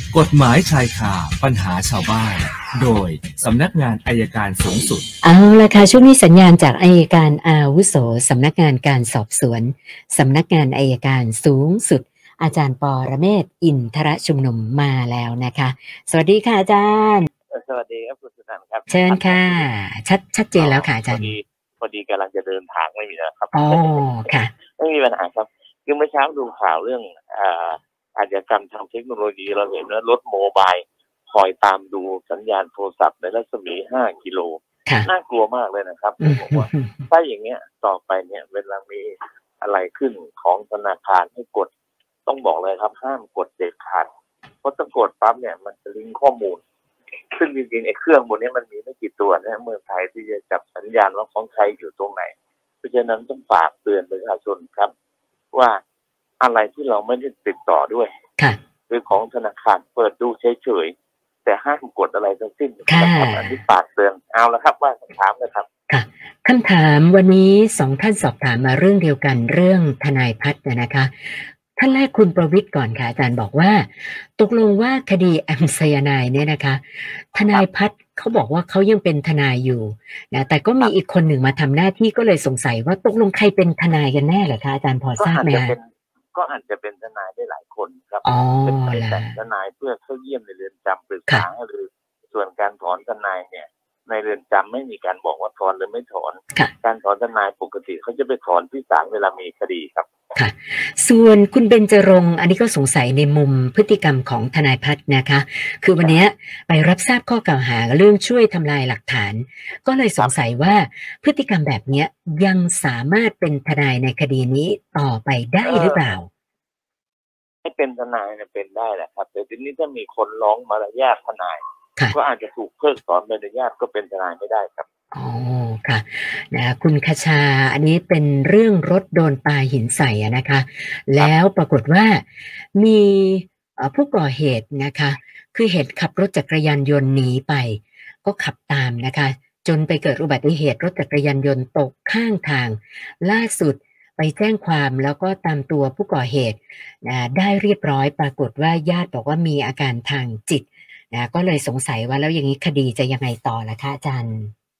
กฎหมายชายคาปัญหาชาวบ้านโดยสำนักงานอัยการสูงสุดเอาละค่ะช่วงนี้สัญญาณจากอัยการอาวุโสสำนักงานการสอบสวนสำนักงานอัยการสูงสุดอาจารย์ปรเมศวร์อินทรชุมนุมมาแล้วนะคะสวัสดีค่ะอาจารย์สวัสดีครับคุณสุนันท์ครับเชิญค่ะชัดเจนแล้วค่ะอาจารย์พอดีกำลังจะเดินทางไม่มีนะครับอ๋อค่ะไม่มีปัญหาครับคือเมื่อเช้าดูข่าวเรื่องอาชญากรรมทางเทคโนโลยีเราเห็นว่ารถโมบายคอยตามดูสัญญาณโทรศัพท์ในรัศมี5 กิโลน่ากลัวมากเลยนะครับผมบอกว่าถ้าอย่างเงี้ยต่อไปเนี่ยเวลามีอะไรขึ้นของธนาคารให้กดต้องบอกเลยครับห้ามกดเด็ดขาดเพราะถ้ากดปั๊บเนี่ยมันจะลิงก์ข้อมูลซึ่งจริงๆไอ้เครื่องบนนี้มันมีไม่กี่ตัวนะเมืองไทยที่จะจับสัญญาณว่าของใครอยู่ตรงไหนเพราะฉะนั้นต้องฝากเตือนประชาชนครับว่าอะไรที่เราไม่ได้ติดต่อด้วยคือของธนาคารเปิดดูเฉยๆแต่ห้ามกดอะไรทั้งสิ้นนะครับอันนี้ฝากเตือนเอาละครับว่าคำถามนะครับค่ะคำถามวันนี้2ท่านสอบถามมาเรื่องเดียวกันเรื่องทนายพัฒน์นะคะท่านแรกคุณประวิตรก่อนค่ะอาจารย์บอกว่าตกลงว่าคดีแอมไซยาไนด์เนี่ยนะคะทนายพัฒน์เขาบอกว่าเขายังเป็นทนายอยู่นะแต่ก็มีอีกคนหนึ่งมาทำหน้าที่ก็เลยสงสัยว่าตกลงใครเป็นทนายกันแน่เหรอคะอาจารย์พอทราบไหมก็อาจจะเป็นทนายได้หลายคนครับเป็นแต่ทนายเพื่อเข้าเยี่ยมในเรือนจำปรึกษาหรือส่วนการถอนทนายเนี่ยในเรือนจำไม่มีการบอกว่าถอนหรือไม่ถอนการถอนทนายปกติเขาจะไปถอนที่ศาลเวลามีคดีครับค่ะส่วนคุณเบญจรงค์อันนี้ก็สงสัยในมุมพฤติกรรมของทนายพัฒน์นะคะคือวันนี้ไปรับทราบข้อกล่าวหาเรื่องช่วยทำลายหลักฐานก็เลยสงสัยว่าพฤติกรรมแบบนี้ยังสามารถเป็นทนายในคดีนี้ต่อไปได้หรือเปล่าให้เป็นทนายเนี่ยเป็นได้แหละครับแต่ทีนี้ถ้ามีคนร้องมารยาททนายก็อาจจะถูกเพิกถอนมารยาทก็เป็นทนายไม่ได้ครับอ๋อค่ะนะคุณคชาอันนี้เป็นเรื่องรถโดนปาหินใส่นะคะแล้วปรากฏว่ามีผู้ก่อเหตุนะคะคือเห็นขับรถจักรยานยนต์หนีไปก็ขับตามนะคะจนไปเกิดอุบัติเหตุรถจักรยานยนต์ตกข้างทางล่าสุดไปแจ้งความแล้วก็ตามตัวผู้ก่อเหตุได้เรียบร้อยปรากฏว่าญาติบอกว่ามีอาการทางจิตก็เลยสงสัยว่าแล้วอย่างนี้คดีจะยังไงต่อล่ะคะอาจารย์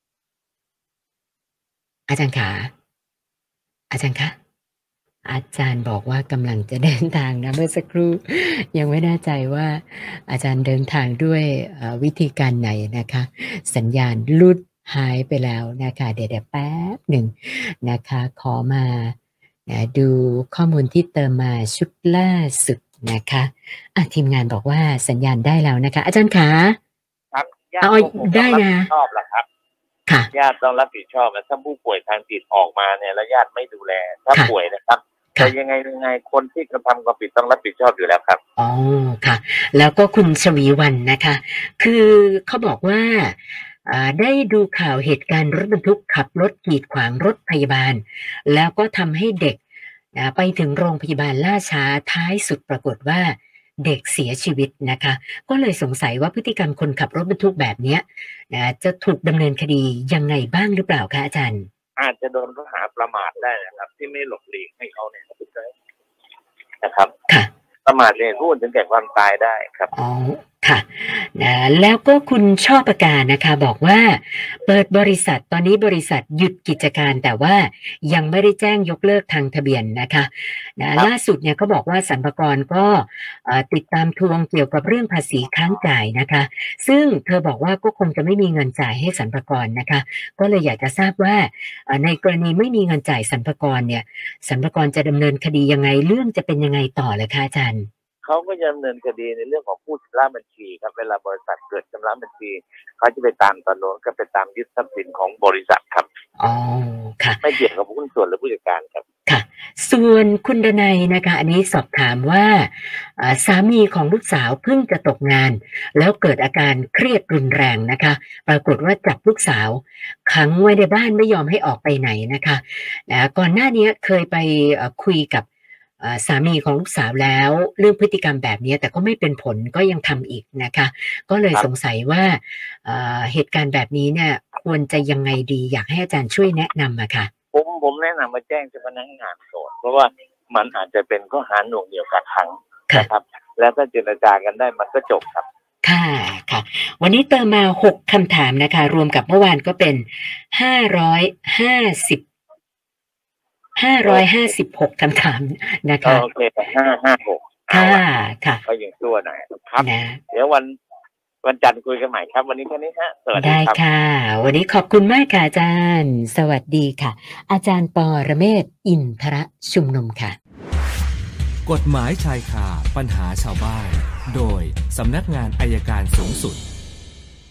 คะอาจารย์คะอาจารย์บอกว่ากำลังจะเดินทางนะเมื่อสักครู่ยังไม่แน่ใจว่าอาจารย์เดินทางด้วยวิธีการไหนนะคะสัญญาณหลุดหายไปแล้วนะคะเดี๋ยวแป๊บหนึ่งนะคะขอมาดูข้อมูลที่เติมมาชุดล่าสุดนะคะทีมงานบอกว่าสัญญาณได้แล้วนะคะอาจารย์คะครับได้นะชอบล่ะครับญาติต้องรับผิดชอบถ้าผู้ป่วยทางจิตออกมาเนี่ยแล้วญาติไม่ดูแลถ้าป่วยนะครับแต่ยังไงคนที่กระทำความผิดต้องรับผิดชอบอยู่แล้วครับอ๋อค่ะแล้วก็คุณชวีวรรณนะคะคือเขาบอกว่าได้ดูข่าวเหตุการณ์รถบรรทุกขับรถกีดขวางรถพยาบาลแล้วก็ทำให้เด็กไปถึงโรงพยาบาลล่าช้าท้ายสุดปรากฏว่าเด็กเสียชีวิตนะคะก็เลยสงสัยว่าพฤติกรรมคนขับรถบรรทุกแบบนี้จะถูกดำเนินคดียังไงบ้างหรือเปล่าคะอาจารย์อาจจะโดนข้อหาประมาทได้นะครับที่ไม่หลบหลีกให้เขาเนี่ยนะครับประมาทเนี่ยพูดถึงแก่ความตายได้ครับอ๋อค่ะแล้วก็คุณช่อประกาศนะคะบอกว่าเปิดบริษัทตอนนี้บริษัทหยุดกิจการแต่ว่ายังไม่ได้แจ้งยกเลิกทางทะเบียนนะคะล่าสุดเนี่ยเขาบอกว่าสรรพากรก็ติดตามทวงเกี่ยวกับเรื่องภาษีค้างจ่ายนะคะซึ่งเธอบอกว่าก็คงจะไม่มีเงินจ่ายให้สรรพากรนะคะก็เลยอยากจะทราบว่าในกรณีไม่มีเงินจ่ายสรรพากรเนี่ยสรรพากรจะดำเนินคดียังไงเรื่องจะเป็นยังไงต่อเลยคะอาจารย์เขาก็จะดำเนินคดีในเรื่องของผู้ชำระบัญชีครับเวลาบริษัทเกิดชำระบัญชีเขาจะไปตามตอนโน้นก็ไปตามยึดทรัพย์สินของบริษัทครับอ๋อค่ะไม่เกี่ยวกับหุ้นส่วนหรือผู้จัดการครับค่ะส่วนคุณดนัยนะคะอันนี้สอบถามว่าสามีของลูกสาวเพิ่งจะตกงานแล้วเกิดอาการเครียดรุนแรงนะคะปรากฏว่าจับลูกสาวขังไว้ในบ้านไม่ยอมให้ออกไปไหนนะคะก่อนหน้านี้เคยไปคุยกับสามีของลูกสาวแล้วเรื่องพฤติกรรมแบบนี้แต่ก็ไม่เป็นผลก็ยังทำอีกนะคะก็เลยสงสัยว่าเหตุการณ์แบบนี้เนี่ยควรจะยังไงดีอยากให้อาจารย์ช่วยแนะนำอะค่ะผมแนะนำมาแจ้งเจ้าพนักงานก่อนเพราะว่ามันอาจจะเป็นข้อหาหน่วงเหนี่ยวกักขังนะครับแล้วถ้าเจรจากันได้มันก็จบครับค่ะค่ะวันนี้เติมมา6คำถามนะคะรวมกับเมื่อวานก็เป็น556คำถามนะคะโอเค556 ค่ะค่ะก็ยังชั่วหน่อยครับเดี๋ยววันจันทร์คุยกันใหม่ครับวันนี้แค่นี้ฮะสวัสดีครับได้ค่ะวันนี้ขอบคุณมากค่ะอาจารย์สวัสดีค่ะอาจารย์ปรเมศวร์อินทรชุมนุมค่ะกฎหมายชายคาปัญหาชาวบ้านโดยสำนักงานอัยการสูงสุด